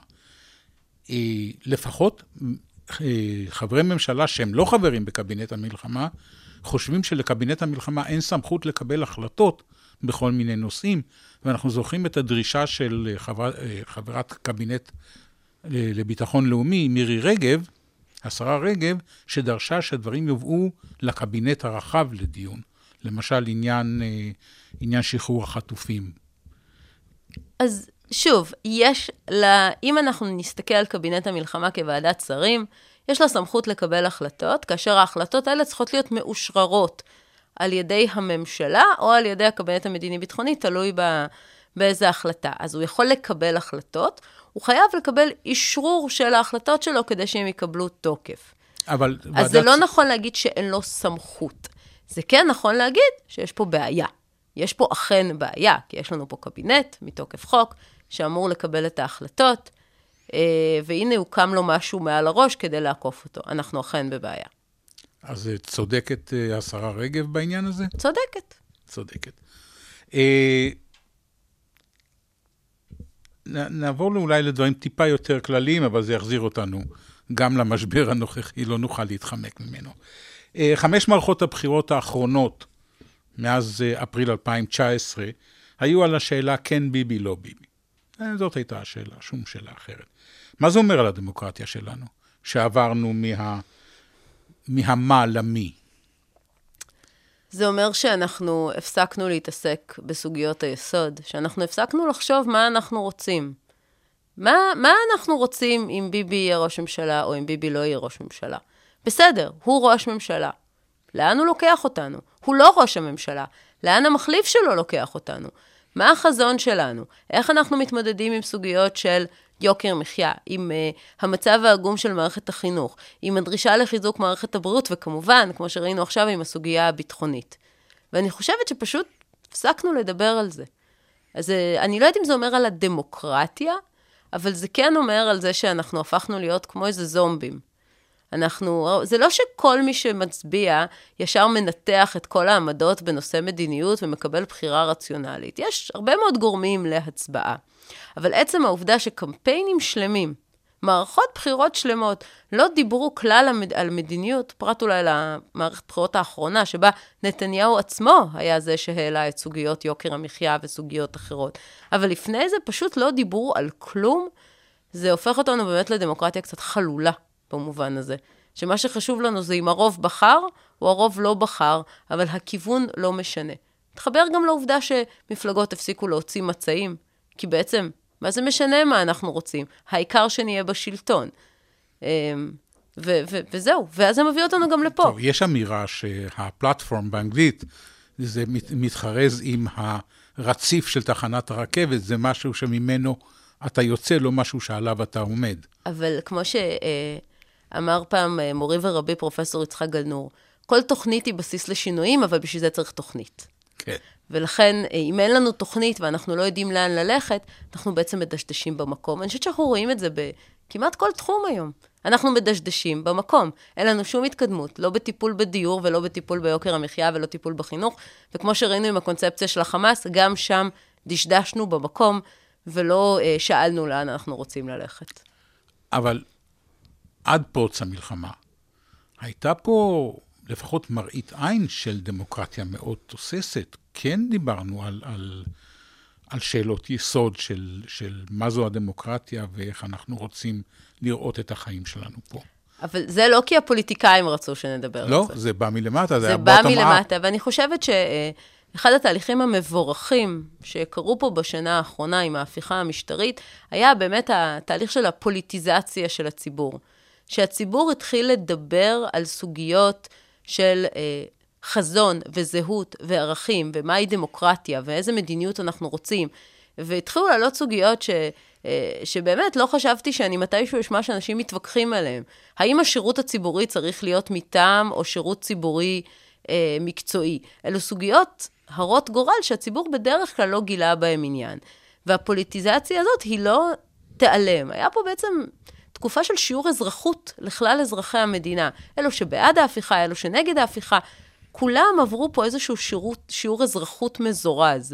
לפחות חברי ממשלה שהם לא חברים בקבינט המלחמה, חושבים שלקבינט המלחמה אין סמכות לקבל החלטות בכל מיני נושאים, ואנחנו זוכרים את הדרישה של חברת קבינט לביטחון לאומי, מירי רגב, השרה רגב, שדרשה שהדברים יובאו לקבינט הרחב לדיון. למשל, עניין שחרור החטופים. אז שוב, אם אנחנו נסתכל על קבינט המלחמה כוועדת שרים, יש לה סמכות לקבל החלטות, כאשר ההחלטות האלה צריכות להיות מאושררות על ידי הממשלה, או על ידי הקבינט המדיני-ביטחוני, תלוי באיזה החלטה. אז הוא יכול לקבל החלטות, הוא חייב לקבל אישרור של ההחלטות שלו, כדי שהם יקבלו תוקף. אז זה לא נכון להגיד שאין לו סמכות. זה כן נכון להגיד שיש פה בעיה. יש פה אכן בעיה, כי יש לנו פה קבינט מתוקף חוק, שאמור לקבל את ההחלטות, והנה הוקם לו משהו מעל הראש כדי לעקוף אותו. אנחנו אכן בבעיה. אז צודקת השרה רגב בעניין הזה? צודקת. נעבור אולי לדברים טיפה יותר כלליים, אבל זה יחזיר אותנו גם למשבר הנוכחי, לא נוכל להתחמק ממנו. 5 מערכות הבחירות האחרונות, מאז אפריל 2019, היו על השאלה כן ביבי, לא ביבי. זאת הייתה השאלה, שום שאלה אחרת. מה זה אומר על הדמוקרטיה שלנו? שעברנו מהמה למי? זה אומר שאנחנו הפסקנו להתעסק בסוגיות היסוד, שאנחנו הפסקנו לחשוב מה אנחנו רוצים. מה אנחנו רוצים אם ביבי יהיה ראש ממשלה או אם ביבי לא יהיה ראש ממשלה? בסדר, הוא ראש ממשלה. לאן הוא לוקח אותנו? הוא לא ראש הממשלה. לאן המחליף שלו לוקח אותנו? מה החזון שלנו? איך אנחנו מתמודדים עם סוגיות של יוקר מחיה, עם המצב העגום של מערכת החינוך, עם הדרישה לחיזוק מערכת הבריאות, וכמובן, כמו שראינו עכשיו, עם הסוגיה הביטחונית. ואני חושבת שפשוט הפסקנו לדבר על זה. אז אני לא יודעת אם זה אומר על הדמוקרטיה, אבל זה כן אומר על זה שאנחנו הפכנו להיות כמו איזה זומבים. זה לא שכל מי שמצביע ישר מנתח את כל העמדות בנושא מדיניות ומקבל בחירה רציונלית. יש הרבה מאוד גורמים להצבעה. אבל עצם העובדה שקמפיינים שלמים, מערכות בחירות שלמות, לא דיברו כלל על מדיניות, פרט אולי למערכת בחירות האחרונה, שבה נתניהו עצמו היה זה שהעלה את סוגיות יוקר המחיה וסוגיות אחרות. אבל לפני זה פשוט לא דיברו על כלום, זה הופך אותנו באמת לדמוקרטיה קצת חלולה במובן הזה. שמה שחשוב לנו זה אם הרוב בחר, או הרוב לא בחר, אבל הכיוון לא משנה. תחבר גם לעובדה שמפלגות הפסיקו להוציא מצעים, כי בעצם, מה זה משנה מה אנחנו רוצים? העיקר שנהיה בשלטון. וזהו, ואז זה מביא אותנו גם לפה. טוב, יש אמירה שהפלטפורם באנגלית, זה מתחרז עם הרציף של תחנת הרכבת, זה משהו שממנו אתה יוצא, לא משהו שעליו אתה עומד. אבל כמו שאמר פעם מורי ורבי פרופסור יצחק גלנור, כל תוכנית היא בסיס לשינויים, אבל בשביל זה צריך תוכנית. כן. ולכן, אם אין לנו תוכנית ואנחנו לא יודעים לאן ללכת, אנחנו בעצם מדשדשים במקום. אני חושבת שאנחנו רואים את זה בכמעט כל תחום היום. אנחנו מדשדשים במקום. אין לנו שום התקדמות, לא בטיפול בדיור ולא בטיפול ביוקר המחיה ולא טיפול בחינוך. וכמו שראינו עם הקונספציה של החמאס, גם שם דשדשנו במקום ולא שאלנו לאן אנחנו רוצים ללכת. אבל עד פרוץ המלחמה, הייתה פה לפחות מראית עין של דמוקרטיה מאוד תוססת. כן דיברנו על שאלות יסוד של מה זו הדמוקרטיה ואיך אנחנו רוצים לראות את החיים שלנו פה. אבל זה לא כי הפוליטיקאים רצו שנדבר על זה. לא, זה בא מלמטה, זה בא מלמטה, ואני חושבת שאחד התהליכים המבורכים שקרו פה בשנה האחרונה עם ההפיכה המשטרית, היה באמת התהליך של הפוליטיזציה של הציבור. שהציבור התחיל לדבר על סוגיות של חזון וזהות וערכים, ומהי דמוקרטיה, ואיזה מדיניות אנחנו רוצים. והתחילו לעלות סוגיות שבאמת לא חשבתי שאני מתישהו אשמע שאנשים מתווכחים עליהם. האם השירות הציבורי צריך להיות מטעם או שירות ציבורי מקצועי? אלו סוגיות הרות גורל שהציבור בדרך כלל לא גילה בהם עניין. והפוליטיזציה הזאת היא לא תיעלם. היה פה בעצם תקופה של שיעור אזרחות לכלל אזרחי המדינה. אלו שבעד ההפיכה, אלו שנגד ההפיכה. כולם עברו פה איזשהו שיעור אזרחות מזורז.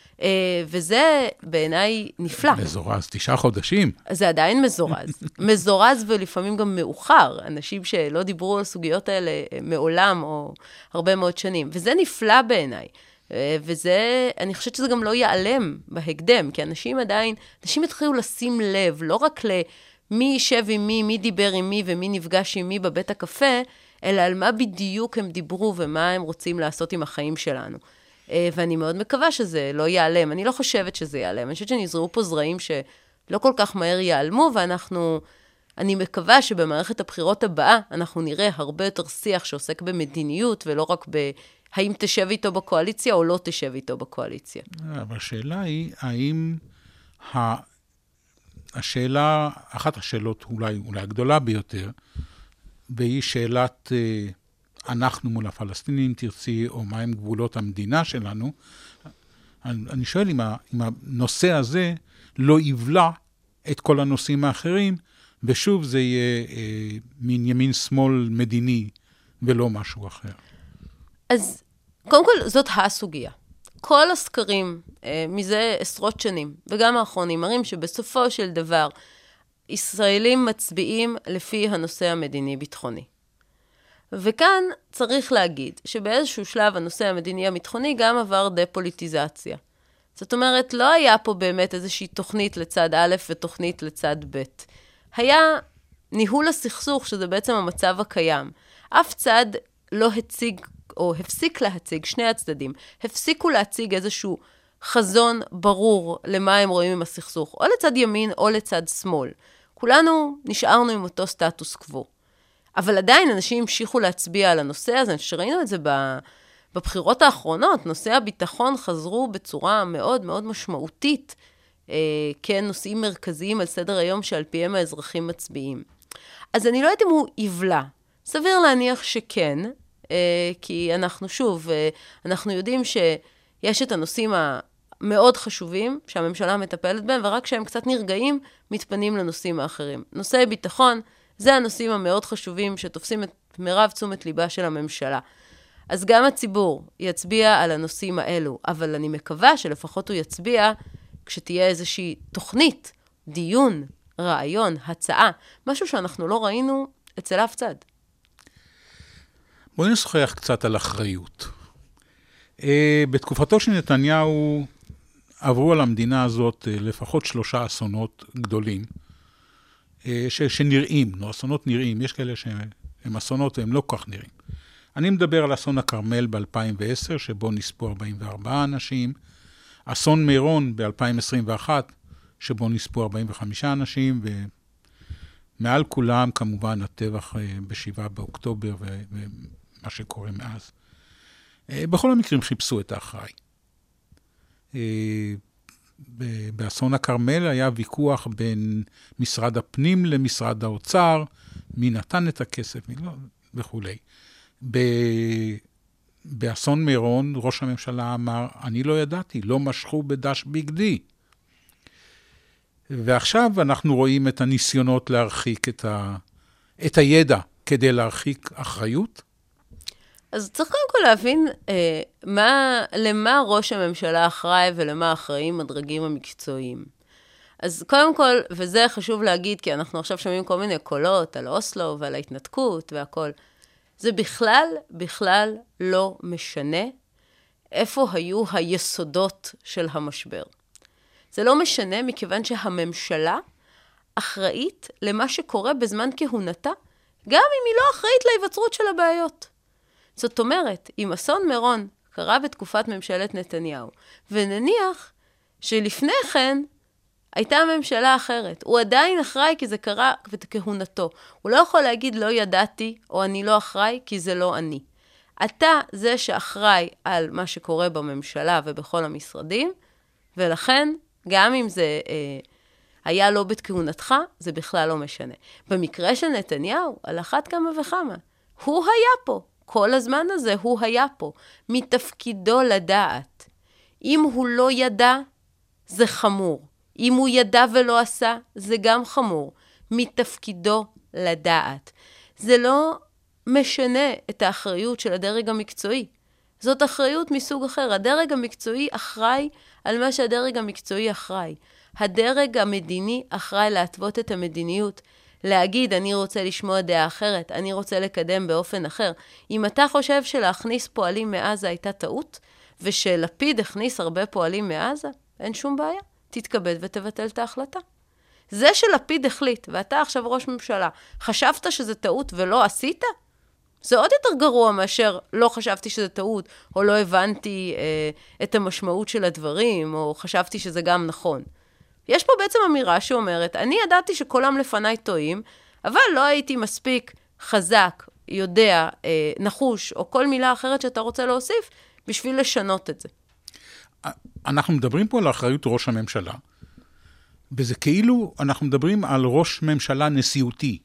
וזה בעיניי נפלא. מזורז, 9 חודשים. זה עדיין מזורז. מזורז ולפעמים גם מאוחר. אנשים שלא דיברו על הסוגיות האלה מעולם או הרבה מאוד שנים. וזה נפלא בעיניי. וזה, אני חושבת שזה גם לא ייעלם בהקדם, כי אנשים התחילו לשים לב, לא רק למי יישב עם מי דיבר עם מי ומי נפגש עם מי בבית הקפה, אלא על מה בדיוק הם דיברו ומה הם רוצים לעשות עם החיים שלנו. ואני מאוד מקווה שזה לא ייעלם. אני לא חושבת שזה ייעלם. אני חושבת שנזרעו פה זרעים שלא כל כך מהר ייעלמו, אני מקווה שבמערכת הבחירות הבאה אנחנו נראה הרבה יותר שיח שעוסק במדיניות, ולא רק האם תשב איתו בקואליציה או לא תשב איתו בקואליציה. אבל השאלה היא, האם אחת השאלות אולי הגדולה ביותר, והיא שאלת אנחנו מול הפלסטינים תרצי, או מהם גבולות המדינה שלנו, אני שואל אם הנושא הזה לא יבלע את כל הנושאים האחרים, ושוב זה יהיה מין ימין-שמאל מדיני, ולא משהו אחר. אז קודם כל זאת הסוגיה. כל הסקרים מזה עשרות שנים, וגם האחרונים, מראים שבסופו של דבר, ישראלים מצביעים לפי הנושא המדיני-ביטחוני. וכאן צריך להגיד שבאיזשהו שלב הנושא המדיני-הביטחוני גם עבר דפוליטיזציה. זאת אומרת, לא היה פה באמת איזושהי תוכנית לצד א' ותוכנית לצד ב'. היה ניהול הסכסוך, שזה בעצם המצב הקיים. אף צד לא הציג, או הפסיק להציג, שני הצדדים, הפסיקו להציג איזשהו חזון ברור למה הם רואים עם הסכסוך, או לצד ימין או לצד שמאל. כולנו נשארנו עם אותו סטטוס קוו. אבל עדיין אנשים המשיכו להצביע על הנושא הזה, שראינו את זה בבחירות האחרונות, נושאי הביטחון חזרו בצורה מאוד מאוד משמעותית, כנושאים מרכזיים על סדר היום שעל פיהם האזרחים מצביעים. אז אני לא יודעת אם הוא יבלע. סביר להניח שכן, כי אנחנו יודעים שיש את הנושאים המאוד חשובים שהממשלה מטפלת בהם, ורק כשהם קצת נרגעים, מתפנים לנושאים האחרים. נושאי ביטחון, זה הנושאים המאוד חשובים שתופסים את מרב תשומת ליבה של הממשלה. אז גם הציבור יצביע על הנושאים האלו, אבל אני מקווה שלפחות הוא יצביע כשתהיה איזושהי תוכנית, דיון, רעיון, הצעה, משהו שאנחנו לא ראינו אצל אף צד. בואי נשוחח קצת על אחריות. בתקופתו של נתניהו עברו על המדינה הזאת לפחות 3 אסונות גדולים, שנראים, אסונות נראים, יש כאלה שהם אסונות והם לא כל כך נראים. אני מדבר על אסון הכרמל ב-2010, שבו נספו 44 אנשים, אסון מירון ב-2021, שבו נספו 45 אנשים, ומעל כולם כמובן הטבח ב-7 באוקטובר ומה שקורה מאז. בכל המקרים חיפשו את האחראי. באסון הכרמל היה ויכוח בין משרד הפנים למשרד האוצר, מי נתן את הכסף וכו'. באסון מירון ראש הממשלה אמר, אני לא ידעתי, לא משכו בדש בגדי. ועכשיו אנחנו רואים את הניסיונות להרחיק את הידע כדי להרחיק אחריות. אז צריך קודם כל להבין למה ראש הממשלה אחראי ולמה אחראים הדרגים המקצועיים. אז קודם כל, וזה חשוב להגיד, כי אנחנו עכשיו שומעים כל מיני קולות על אוסלו ועל ההתנתקות והכל, זה בכלל לא משנה איפה היו היסודות של המשבר. זה לא משנה מכיוון שהממשלה אחראית למה שקורה בזמן כהונתה, גם אם היא לא אחראית להיווצרות של הבעיות. זאת אומרת, אם אסון מירון קרה בתקופת ממשלת נתניהו, ונניח שלפני כן הייתה ממשלה אחרת, הוא עדיין אחראי כי זה קרה כהונתו. הוא לא יכול להגיד לא ידעתי או אני לא אחראי כי זה לא אני. אתה זה שאחראי על מה שקורה בממשלה ובכל המשרדים, ולכן גם אם זה היה לא בכהונתך, זה בכלל לא משנה. במקרה של נתניהו, על אחת כמה וכמה, הוא היה פה. כל הזמן הזה הוא היה פה. מתפקידו לדעת. אם הוא לא ידע, זה חמור. אם הוא ידע ולא עשה, זה גם חמור. מתפקידו לדעת. זה לא משנה את האחריות של הדרג המקצועי. זאת אחריות מסוג אחר. הדרג המקצועי אחראי על מה שהדרג המקצועי אחראי. הדרג המדיני אחראי להתוות את המדיניות. להגיד, אני רוצה לשמוע דעה אחרת, אני רוצה לקדם באופן אחר. אם אתה חושב שלהכניס פועלים מעזה הייתה טעות, ושלפיד הכניס הרבה פועלים מעזה, אין שום בעיה. תתכבד ותבטל את ההחלטה. זה שלפיד החליט, ואתה עכשיו ראש ממשלה, חשבת שזה טעות ולא עשית? זה עוד יותר גרוע מאשר לא חשבתי שזה טעות, או לא הבנתי את המשמעות של הדברים, או חשבתי שזה גם נכון. יש פה בעצם אמירה שאומרת, אני ידעתי שכולם לפניי טועים, אבל לא הייתי מספיק חזק, יודע, נחוש, או כל מילה אחרת שאתה רוצה להוסיף, בשביל לשנות את זה. אנחנו מדברים פה על אחריות ראש הממשלה, וזה כאילו אנחנו מדברים על ראש ממשלה נשיאותי.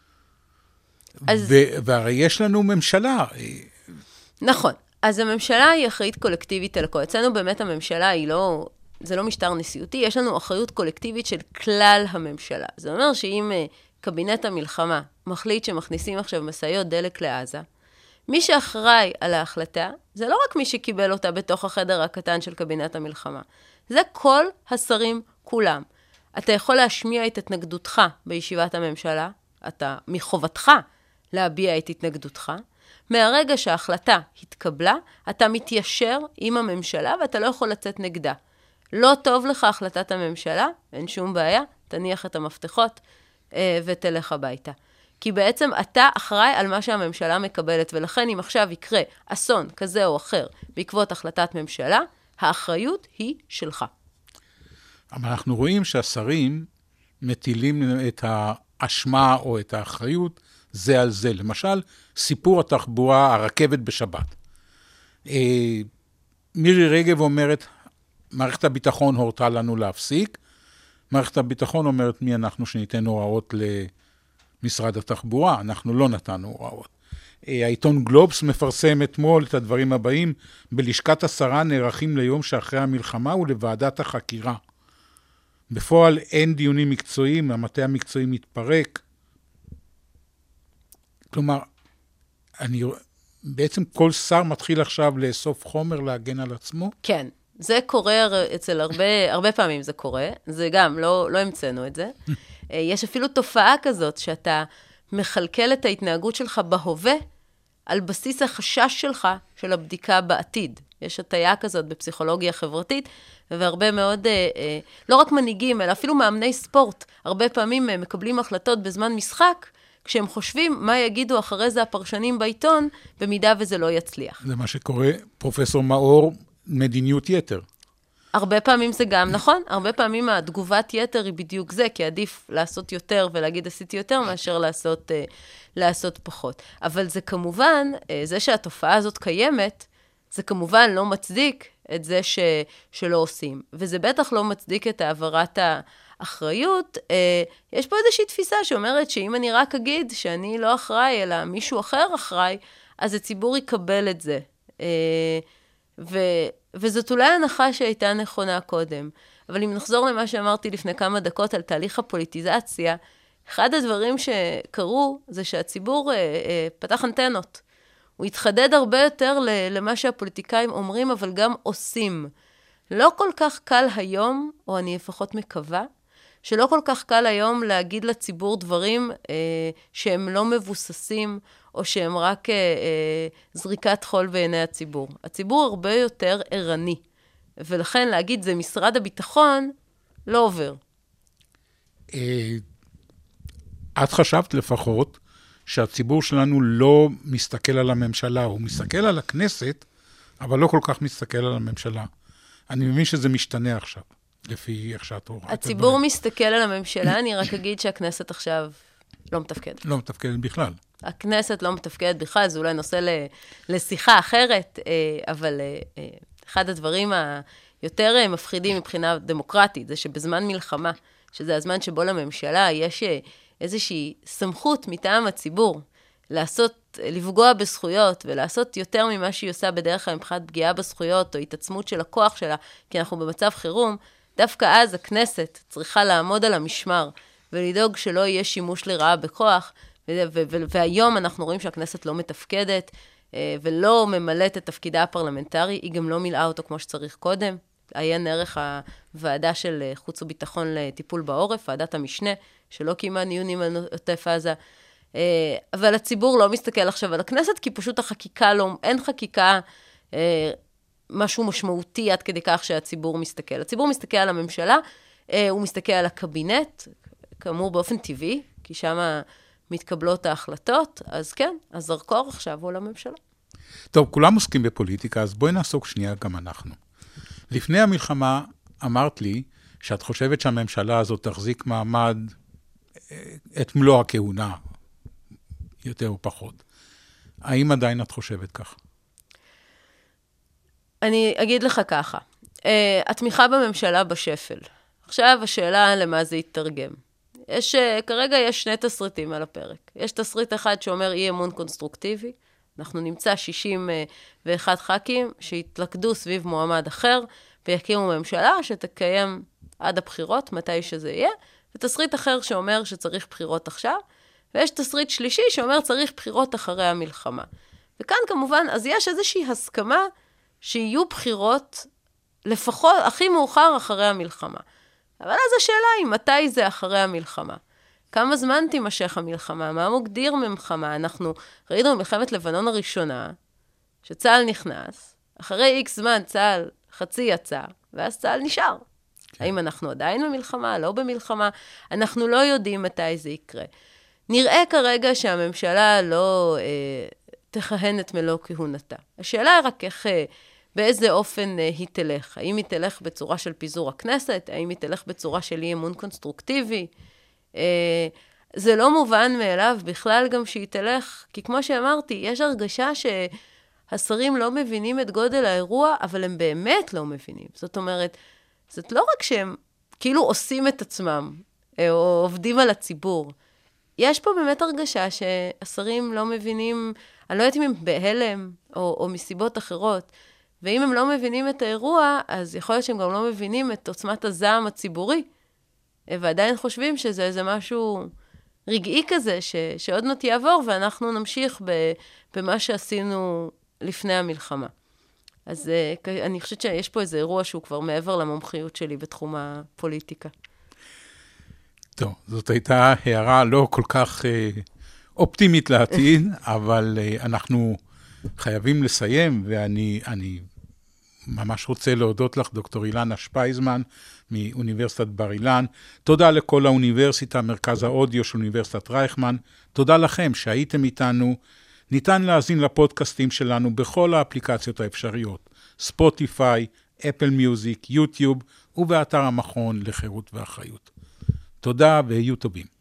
והרי יש לנו ממשלה. נכון. אז הממשלה היא אחראית קולקטיבית על הכל. אצלנו באמת הממשלה היא לא, זה לא משטר נשיאותי, יש לנו אחריות קולקטיבית של כלל הממשלה. זה אומר שאם קבינט המלחמה מחליט שמכניסים עכשיו משאיות דלק לעזה, מי שאחראי על ההחלטה, זה לא רק מי שקיבל אותה בתוך החדר הקטן של קבינט המלחמה. זה כל השרים כולם. אתה יכול להשמיע את התנגדותך בישיבת הממשלה, אתה מחובתך להביע את התנגדותך. מהרגע שההחלטה התקבלה, אתה מתיישר עם הממשלה ואתה לא יכול לצאת נגדה. לא טוב לך החלטת הממשלה, אין שום בעיה, תניח את המפתחות ותלך הביתה. כי בעצם אתה אחראי על מה שהממשלה מקבלת, ולכן אם עכשיו יקרה אסון כזה או אחר בעקבות החלטת ממשלה, האחריות היא שלך. אבל אנחנו רואים שהשרים מטילים את האשמה או את האחריות זה על זה. למשל, סיפור התחבורה, הרכבת בשבת. מירי רגב אומרת, מערכת הביטחון הורתה לנו להפסיק. מערכת הביטחון אומרת, מי אנחנו שניתן הוראות למשרד התחבורה? אנחנו לא נתנו הוראות. העיתון גלובס מפרסם אתמול את הדברים הבאים, בלשכת השרה נערכים ליום שאחרי המלחמה ולוועדת החקירה. בפועל אין דיונים מקצועיים, המטה המקצועי מתפרק. כלומר, בעצם כל שר מתחיל עכשיו לאסוף חומר להגן על עצמו? כן, זה קורה אצל הרבה פעמים זה קורה, זה גם, לא המצאנו את זה. יש אפילו תופעה כזאת שאתה מחלקל את ההתנהגות שלך בהווה, על בסיס החשש שלך של הבדיקה בעתיד. יש הטיה כזאת בפסיכולוגיה חברתית, והרבה מאוד, לא רק מנהיגים, אלא אפילו מאמני ספורט, הרבה פעמים מקבלים החלטות בזמן משחק, כשהם חושבים מה יגידו אחרי זה הפרשנים בעיתון, במידה וזה לא יצליח. זה מה שקורה, פרופסור מאור, מדיניות יתר. הרבה פעמים זה גם נכון, הרבה פעמים התגובת יתר היא בדיוק זה, כי עדיף לעשות יותר ולהגיד עשיתי יותר, מאשר לעשות פחות. אבל זה כמובן, זה שהתופעה הזאת קיימת, זה כמובן לא מצדיק את זה שלא עושים. וזה בטח לא מצדיק את העברת האחריות. יש פה איזושהי תפיסה שאומרת שאם אני רק אגיד שאני לא אחראי, אלא מישהו אחר אחראי, אז הציבור יקבל את זה. וזאת אולי הנחה שהייתה נכונה קודם. אבל אם נחזור למה שאמרתי לפני כמה דקות על תהליך הפוליטיזציה, אחד הדברים שקרו זה שהציבור פתח אנטנות. הוא התחדד הרבה יותר למה שהפוליטיקאים אומרים, אבל גם עושים. לא כל כך קל היום, או אני לפחות מקווה, שלא כל כך קל היום להגיד לציבור דברים שהם לא מבוססים, או שהם רק זריקת חול בעיני הציבור. הציבור הרבה יותר ערני, ולכן להגיד זה משרד הביטחון לא עובר. את חשבת לפחות שהציבור שלנו לא מסתכל על הממשלה, הוא מסתכל על הכנסת, אבל לא כל כך מסתכל על הממשלה. אני מבין שזה משתנה עכשיו, לפי איך שאת רואה. הציבור מסתכל על הממשלה, אני רק אגיד שהכנסת עכשיו לא מתפקדת. לא מתפקדת בכלל. הכנסת לא מתפקדת בכלל, זה אולי נושא לשיחה אחרת, אבל אחד הדברים היותר מפחידים מבחינה דמוקרטית, זה שבזמן מלחמה, שזה הזמן שבו לממשלה יש איזושהי סמכות מטעם הציבור, לפגוע בזכויות, ולעשות יותר ממה שהיא עושה בדרך כלל מבחינת פגיעה בזכויות, או התעצמות של הכוח שלה, כי אנחנו במצב חירום, דווקא אז הכנסת צריכה לעמוד על המשמר, ולדאוג שלא יהיה שימוש לרעה בכוח, והיום אנחנו רואים שהכנסת לא מתפקדת, ולא ממלאת את תפקידה הפרלמנטרי, היא גם לא מילאה אותו כמו שצריך קודם. עיין ערך הוועדה של חוץ וביטחון לטיפול בעורף, ועדת המשנה, שלא קיימה דיונים על עוטף עזה. אבל הציבור לא מסתכל עכשיו על הכנסת, כי פשוט החקיקה לא, אין חקיקה משהו משמעותי עד כדי כך שהציבור מסתכל. הציבור מסתכל על הממשלה, הוא מסתכל על הקבינט, כאמור באופן טבעי, כי שם מתקבלות ההחלטות, אז כן, הזרקור עכשיו הוא לממשלה. טוב, כולם עוסקים בפוליטיקה, אז בואי נעסוק שנייה גם אנחנו. לפני המלחמה אמרת לי שאת חושבת שהממשלה הזאת תחזיק מעמד את מלוא הכהונה, יותר או פחות. האם עדיין את חושבת כך? אני אגיד לך ככה, התמיכה בממשלה בשפל. עכשיו השאלה למה זה יתרגם. כרגע יש שני תסריטים על הפרק. יש תסריט אחד שאומר אי אמון קונסטרוקטיבי, אנחנו נמצא 61 ח"כים שהתלכדו סביב מועמד אחר, ויקימו ממשלה שתקיים עד הבחירות, מתי שזה יהיה, ותסריט אחר שאומר שצריך בחירות עכשיו, ויש תסריט שלישי שאומר צריך בחירות אחרי המלחמה. וכאן כמובן, אז יש איזושהי הסכמה שיהיו בחירות לפחות הכי מאוחר אחרי המלחמה. אבל אז השאלה היא מתי זה אחרי המלחמה. כמה זמן תימשך המלחמה? מה מוגדיר ממלחמה? אנחנו ראינו במלחמת לבנון הראשונה, שצה"ל נכנס, אחרי איקס זמן צה"ל חצי יצא, ואז צה"ל נשאר. כן. האם אנחנו עדיין במלחמה? לא במלחמה? אנחנו לא יודעים מתי זה יקרה. נראה כרגע שהממשלה לא תכהן את מלוא כהונתה. השאלה היא רק איך, באיזה אופן היא תלך. האם היא תלך בצורה של פיזור הכנסת? האם היא תלך בצורה של אי אמון קונסטרוקטיבי? זה לא מובן מאליו בכלל גם שהיא תלך, כי כמו שאמרתי, יש הרגשה שהשרים לא מבינים את גודל האירוע, אבל הם באמת לא מבינים. זאת אומרת, זאת לא רק שהם כאילו עושים את עצמם, או עובדים על הציבור. יש פה באמת הרגשה שהשרים לא מבינים, אני לא יודעת אם הם בהלם, או מסיבות אחרות, ואם הם לא מבינים את האירוע, אז יכול להיות שהם גם לא מבינים את עוצמת הזעם הציבורי, ועדיין חושבים שזה איזה משהו רגעי כזה, שעוד מעט יעבור, ואנחנו נמשיך במה שעשינו לפני המלחמה. אז אני חושבת שיש פה איזה אירוע שהוא כבר מעבר למומחיות שלי בתחום הפוליטיקה. טוב, זאת הייתה הערה לא כל כך אופטימית לעתיד, אבל אנחנו חייבים לסיים, ואני ממש רוצה להודות לך, דוקטור אילנה שפייזמן, מאוניברסיטת בר אילן. תודה לכל האוניברסיטה, מרכז האודיו של אוניברסיטת רייכמן. תודה לכם שהייתם איתנו. ניתן להאזין לפודקאסטים שלנו בכל האפליקציות האפשריות, ספוטיפיי, אפל מיוזיק, יוטיוב, ובאתר המכון לחירות ואחריות. תודה והיו טובים.